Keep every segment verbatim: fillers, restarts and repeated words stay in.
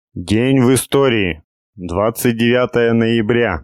День в истории. двадцать девятое ноября.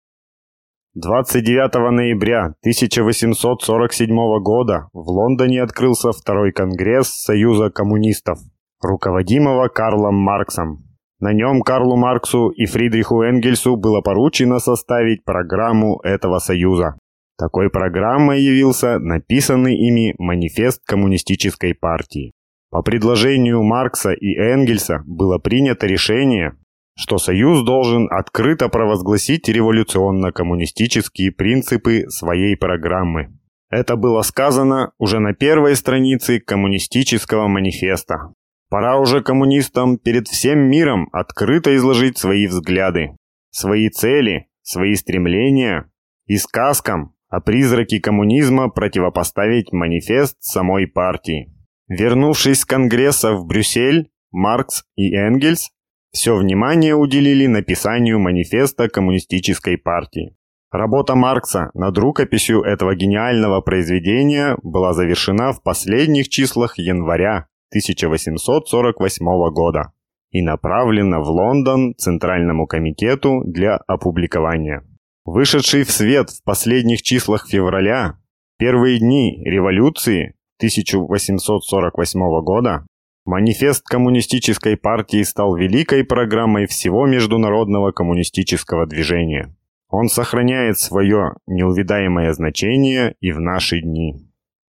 двадцать девятого ноября тысяча восемьсот сорок седьмого года в Лондоне открылся второй конгресс Союза коммунистов, руководимого Карлом Марксом. На нем Карлу Марксу и Фридриху Энгельсу было поручено составить программу этого союза. Такой программой явился написанный ими манифест коммунистической партии. По предложению Маркса и Энгельса было принято решение, что Союз должен открыто провозгласить революционно-коммунистические принципы своей программы. Это было сказано уже на первой странице коммунистического манифеста. Пора уже коммунистам перед всем миром открыто изложить свои взгляды, свои цели, свои стремления и сказкам о призраке коммунизма противопоставить манифест самой партии. Вернувшись с Конгресса в Брюссель, Маркс и Энгельс все внимание уделили написанию манифеста коммунистической партии. Работа Маркса над рукописью этого гениального произведения была завершена в последних числах января тысяча восемьсот сорок восьмого года и направлена в Лондон Центральному комитету для опубликования. Вышедший в свет в последних числах февраля, первые дни революции тысяча восемьсот сорок восьмого года, манифест коммунистической партии стал великой программой всего международного коммунистического движения. Он сохраняет свое неувидаемое значение и в наши дни.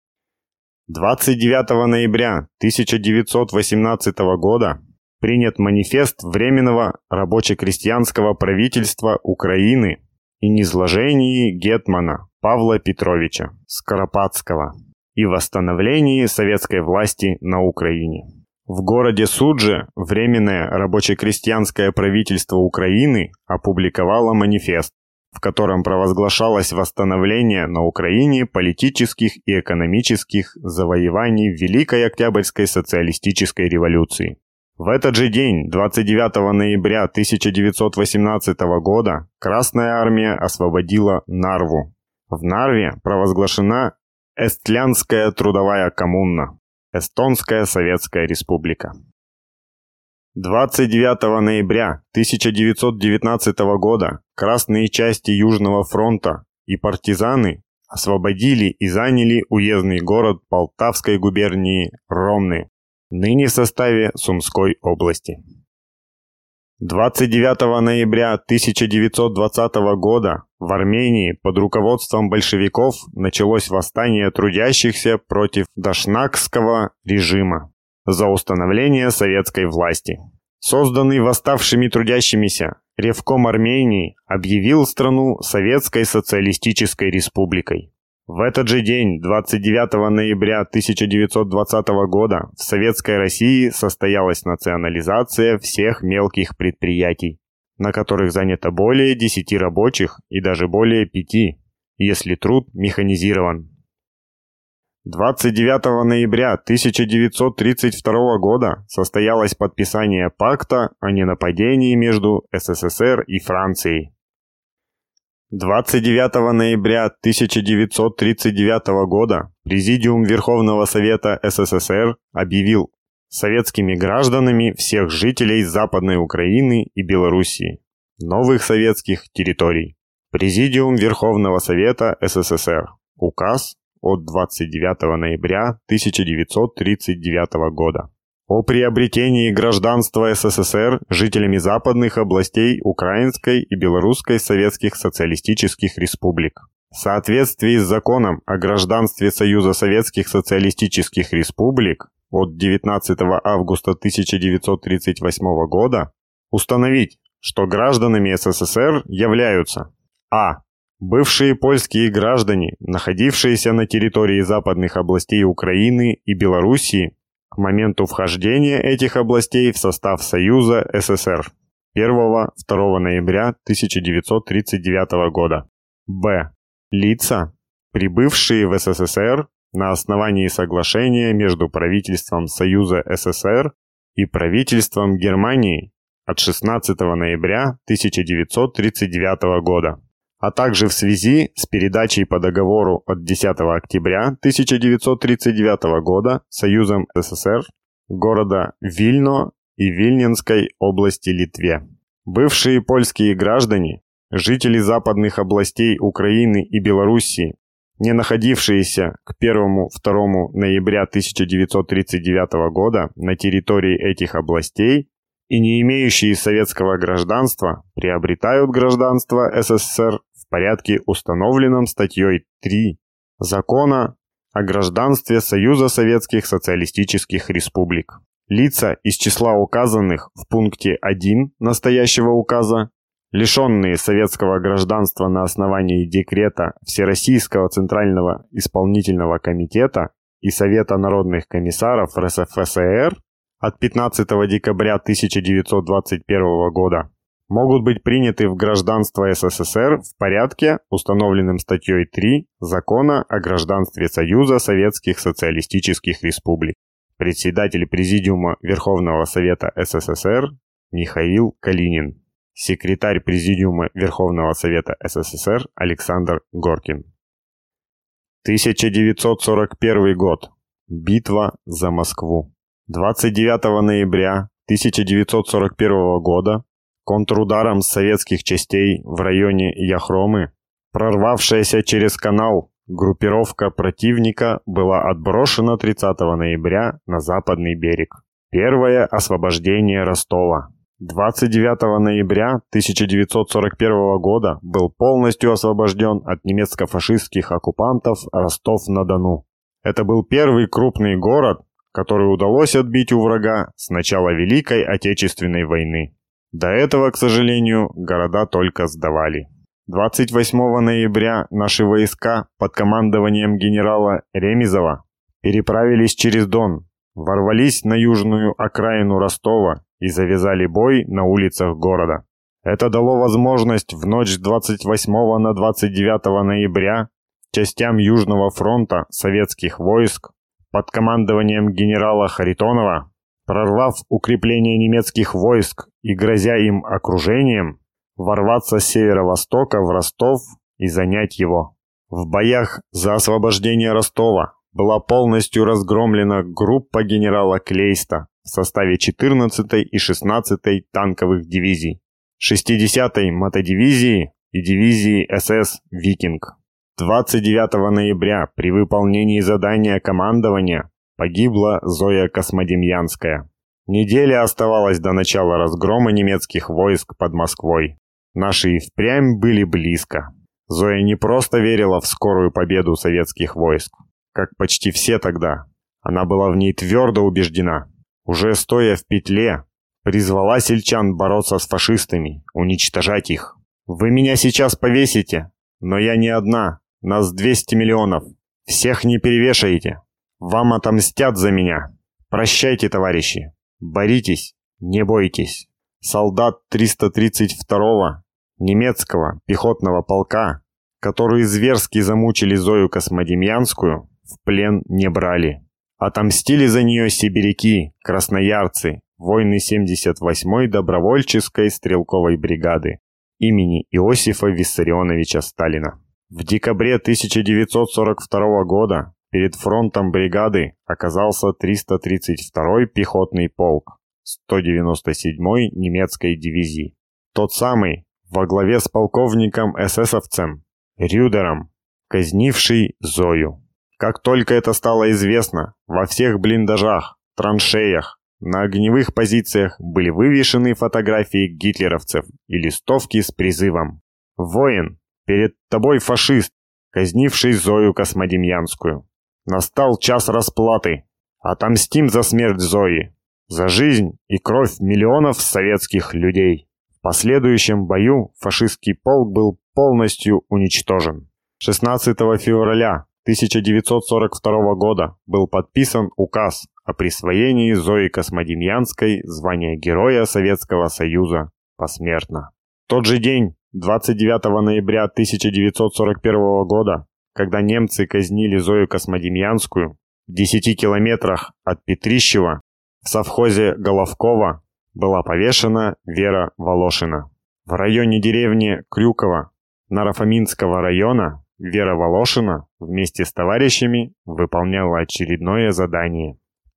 двадцать девятого ноября тысяча девятьсот восемнадцатого года принят манифест Временного рабоче-крестьянского правительства Украины и низложении гетмана Павла Петровича Скоропадского и восстановлении советской власти на Украине. В городе Судже Временное рабоче-крестьянское правительство Украины опубликовало манифест, в котором провозглашалось восстановление на Украине политических и экономических завоеваний Великой Октябрьской социалистической революции. В этот же день, двадцать девятого ноября тысяча девятьсот восемнадцатого года, Красная армия освободила Нарву. В Нарве провозглашена Эстлянская трудовая коммуна, Эстонская Советская Республика. двадцать девятого ноября тысяча девятьсот девятнадцатого года красные части Южного фронта и партизаны освободили и заняли уездный город Полтавской губернии Ромны, ныне в составе Сумской области. двадцать девятого ноября тысяча девятьсот двадцатого года в Армении под руководством большевиков началось восстание трудящихся против дашнакского режима за установление советской власти. Созданный восставшими трудящимися Ревком Армении объявил страну Советской Социалистической Республикой. В этот же день, двадцать девятого ноября тысяча девятьсот двадцатого года, в Советской России состоялась национализация всех мелких предприятий, на которых занято более десяти рабочих и даже более пяти, если труд механизирован. двадцать девятого ноября тысяча девятьсот тридцать второго года состоялось подписание пакта о ненападении между СССР и Францией. двадцать девятого ноября тысяча девятьсот тридцать девятого года Президиум Верховного Совета СССР объявил советскими гражданами всех жителей Западной Украины и Белоруссии, новых советских территорий. Президиум Верховного Совета СССР. Указ от двадцать девятого ноября тысяча девятьсот тридцать девятого года о приобретении гражданства СССР жителями западных областей Украинской и Белорусской советских социалистических республик. В соответствии с законом о гражданстве Союза Советских Социалистических Республик от девятнадцатого августа тысяча девятьсот тридцать восьмого года установить, что гражданами СССР являются а. бывшие польские граждане, находившиеся на территории западных областей Украины и Белоруссии к моменту вхождения этих областей в состав Союза СССР первого-второго ноября тысяча девятьсот тридцать девятого года. Б. Лица, прибывшие в СССР на основании соглашения между правительством Союза СССР и правительством Германии от шестнадцатого ноября тысяча девятьсот тридцать девятого года, а также в связи с передачей по договору от десятого октября тысяча девятьсот тридцать девятого года Союзом СССР города Вильно и Вильнинской области Литве. Бывшие польские граждане, жители западных областей Украины и Белоруссии, не находившиеся к первому-второму ноября тысяча девятьсот тридцать девятого года на территории этих областей и не имеющие советского гражданства, приобретают гражданство СССР в порядке, установленном статьей три Закона о гражданстве Союза Советских Социалистических Республик. Лица из числа указанных в пункте один настоящего указа, лишенные советского гражданства на основании декрета Всероссийского Центрального Исполнительного Комитета и Совета Народных Комиссаров РСФСР от пятнадцатого декабря тысяча девятьсот двадцать первого года, могут быть приняты в гражданство СССР в порядке, установленном статьей три Закона о гражданстве Союза Советских Социалистических Республик. Председатель Президиума Верховного Совета СССР Михаил Калинин. Секретарь Президиума Верховного Совета СССР Александр Горкин. тысяча девятьсот сорок первый год. Битва за Москву. двадцать девятого ноября тысяча девятьсот сорок первого года контрударом советских частей в районе Яхромы, прорвавшаяся через канал, группировка противника была отброшена тридцатого ноября на западный берег. Первое освобождение Ростова. двадцать девятого ноября тысяча девятьсот сорок первого года был полностью освобожден от немецко-фашистских оккупантов Ростов-на-Дону. Это был первый крупный город, который удалось отбить у врага с начала Великой Отечественной войны. До этого, к сожалению, города только сдавали. двадцать восьмого ноября наши войска под командованием генерала Ремизова переправились через Дон, ворвались на южную окраину Ростова и завязали бой на улицах города. Это дало возможность в ночь с двадцать восьмого на двадцать девятое ноября частям Южного фронта советских войск под командованием генерала Харитонова, прорвав укрепление немецких войск и грозя им окружением, ворваться с северо-востока в Ростов и занять его. В боях за освобождение Ростова была полностью разгромлена группа генерала Клейста в составе четырнадцатой и шестнадцатой танковых дивизий, шестидесятой мотодивизии и дивизии СС «Викинг». двадцать девятого ноября при выполнении задания командования погибла Зоя Космодемьянская. Неделя оставалась до начала разгрома немецких войск под Москвой. Наши и впрямь были близко. Зоя не просто верила в скорую победу советских войск, как почти все тогда. Она была в ней твердо убеждена. Уже стоя в петле, призвала сельчан бороться с фашистами, уничтожать их. «Вы меня сейчас повесите, но я не одна, нас двести миллионов. Всех не перевешаете. Вам отомстят за меня. Прощайте, товарищи. Боритесь, не бойтесь». Солдат триста тридцать второго немецкого пехотного полка, которые зверски замучили Зою Космодемьянскую, в плен не брали. Отомстили за нее сибиряки, красноярцы, воины семьдесят восьмой добровольческой стрелковой бригады имени Иосифа Виссарионовича Сталина. В декабре тысяча девятьсот сорок второго года перед фронтом бригады оказался триста тридцать второй пехотный полк сто девяносто седьмой немецкой дивизии. Тот самый, во главе с полковником эсэсовцем Рюдером, казнивший Зою. Как только это стало известно, во всех блиндажах, траншеях, на огневых позициях были вывешены фотографии гитлеровцев и листовки с призывом: «Воин, перед тобой фашист, казнивший Зою Космодемьянскую. Настал час расплаты. Отомстим за смерть Зои, за жизнь и кровь миллионов советских людей». В последующем бою фашистский полк был полностью уничтожен. шестнадцатого февраля тысяча девятьсот сорок второго года был подписан указ о присвоении Зои Космодемьянской звания Героя Советского Союза посмертно. В тот же день, двадцать девятого ноября тысяча девятьсот сорок первого года, когда немцы казнили Зою Космодемьянскую, в десяти километрах от Петрищева в совхозе Головкова была повешена Вера Волошина. В районе деревни Крюково Нарафаминского района Вера Волошина вместе с товарищами выполняла очередное задание.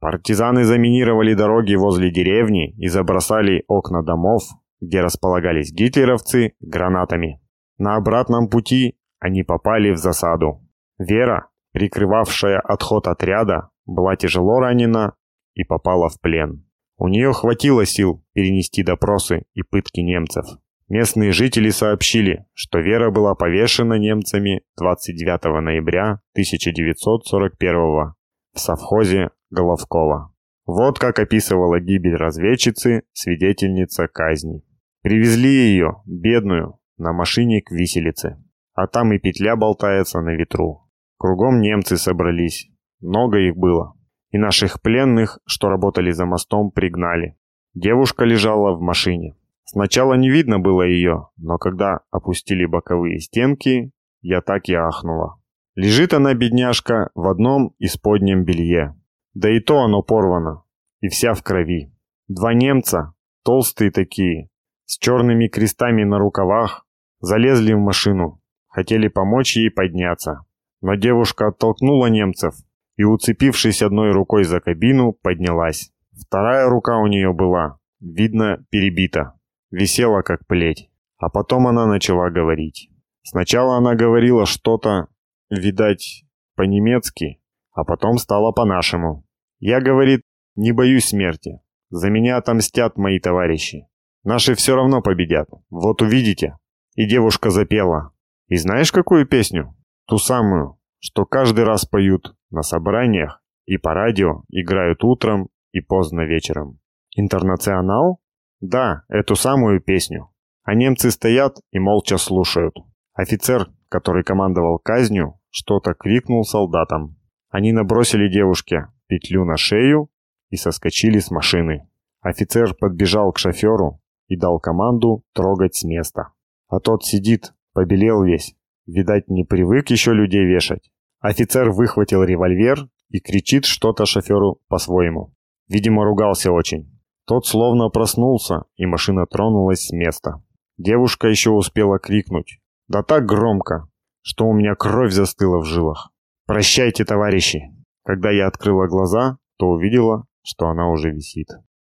Партизаны заминировали дороги возле деревни и забросали окна домов, где располагались гитлеровцы, гранатами. На обратном пути они попали в засаду. Вера, прикрывавшая отход отряда, была тяжело ранена и попала в плен. У нее хватило сил перенести допросы и пытки немцев. Местные жители сообщили, что Вера была повешена немцами двадцать девятого ноября тысяча девятьсот сорок первого в совхозе Головкова. Вот как описывала гибель разведчицы свидетельница казни. Привезли ее, бедную, на машине к виселице. А там и петля болтается на ветру. Кругом немцы собрались. Много их было. И наших пленных, что работали за мостом, пригнали. Девушка лежала в машине. Сначала не видно было ее, но когда опустили боковые стенки, я так и ахнула. Лежит она, бедняжка, в одном исподнем белье. Да и то оно порвано. И вся в крови. Два немца, толстые такие, с черными крестами на рукавах, залезли в машину. Хотели помочь ей подняться. Но девушка оттолкнула немцев и, уцепившись одной рукой за кабину, поднялась. Вторая рука у нее была, видно, перебита. Висела как плеть. А потом она начала говорить. Сначала она говорила что-то, видать, по-немецки, а потом стала по-нашему. Я, говорит, не боюсь смерти. За меня отомстят мои товарищи. Наши все равно победят. Вот увидите. И девушка запела. И знаешь, какую песню? Ту самую, что каждый раз поют на собраниях и по радио, играют утром и поздно вечером. «Интернационал?» Да, эту самую песню. А немцы стоят и молча слушают. Офицер, который командовал казнью, что-то крикнул солдатам. Они набросили девушке петлю на шею и соскочили с машины. Офицер подбежал к шоферу и дал команду трогать с места. А тот сидит, побелел весь. Видать, не привык еще людей вешать. Офицер выхватил револьвер и кричит что-то шоферу по-своему. Видимо, ругался очень. Тот словно проснулся, и машина тронулась с места. Девушка еще успела крикнуть. Да так громко, что у меня кровь застыла в жилах. «Прощайте, товарищи!» Когда я открыла глаза, то увидела, что она уже висит.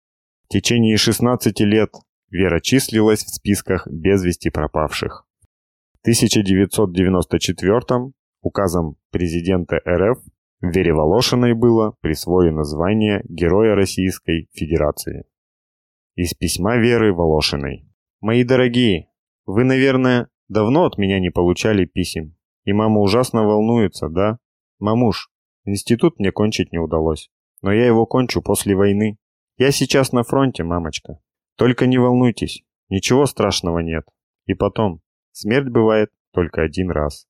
В течение шестнадцати лет Вера числилась в списках без вести пропавших. В тысяча девятьсот девяносто четвёртом указом президента эр эф Вере Волошиной было присвоено звание Героя Российской Федерации. Из письма Веры Волошиной. «Мои дорогие, вы, наверное, давно от меня не получали писем, и мама ужасно волнуется, да? Мамуш, институт мне кончить не удалось, но я его кончу после войны. Я сейчас на фронте, мамочка. Только не волнуйтесь, ничего страшного нет. И потом, смерть бывает только один раз».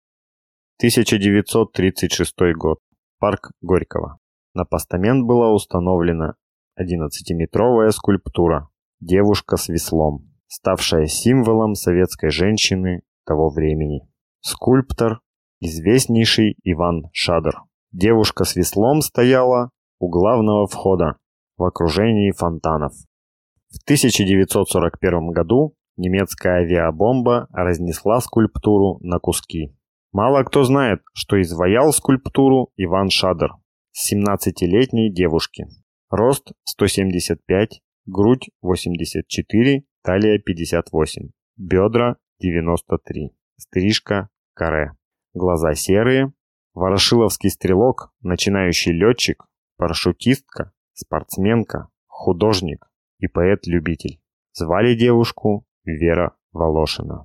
тысяча девятьсот тридцать шестой год. Парк Горького. На постамент была установлена одиннадцатиметровая скульптура «Девушка с веслом», ставшая символом советской женщины того времени. Скульптор – известнейший Иван Шадр. Девушка с веслом стояла у главного входа в окружении фонтанов. В тысяча девятьсот сорок первом году немецкая авиабомба разнесла скульптуру на куски. Мало кто знает, что изваял скульптуру Иван Шадр с семнадцатилетней девушки. Рост сто семьдесят пять, грудь восемьдесят четыре, талия пятьдесят восемь, бедра девяносто три, стрижка каре, глаза серые, ворошиловский стрелок, начинающий летчик, парашютистка, спортсменка, художник и поэт-любитель. Звали девушку Вера Волошина.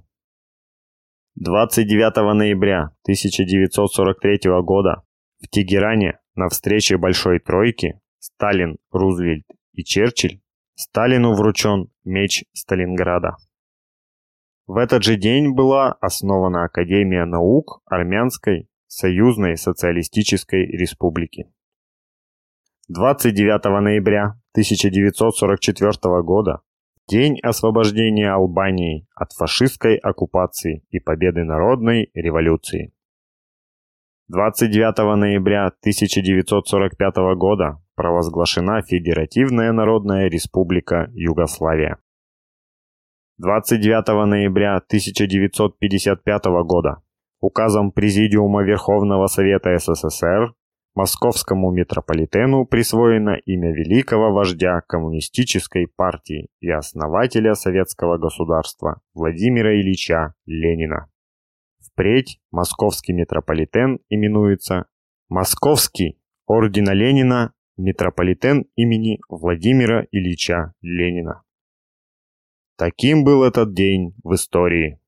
двадцать девятого ноября тысяча девятьсот сорок третьего года в Тегеране на встрече Большой Тройки Сталин, Рузвельт и Черчилль Сталину вручен меч Сталинграда. В этот же день была основана Академия наук Армянской Союзной Социалистической Республики. двадцать девятого ноября тысяча девятьсот сорок четвёртого года день освобождения Албании от фашистской оккупации и победы народной революции. двадцать девятого ноября тысяча девятьсот сорок пятого года провозглашена Федеративная Народная Республика Югославия. двадцать девятого ноября тысяча девятьсот пятьдесят пятого года указом Президиума Верховного Совета СССР Московскому митрополитену присвоено имя великого вождя коммунистической партии и основателя советского государства Владимира Ильича Ленина. Впредь московский митрополитен именуется Московский ордена Ленина митрополитен имени Владимира Ильича Ленина. Таким был этот день в истории.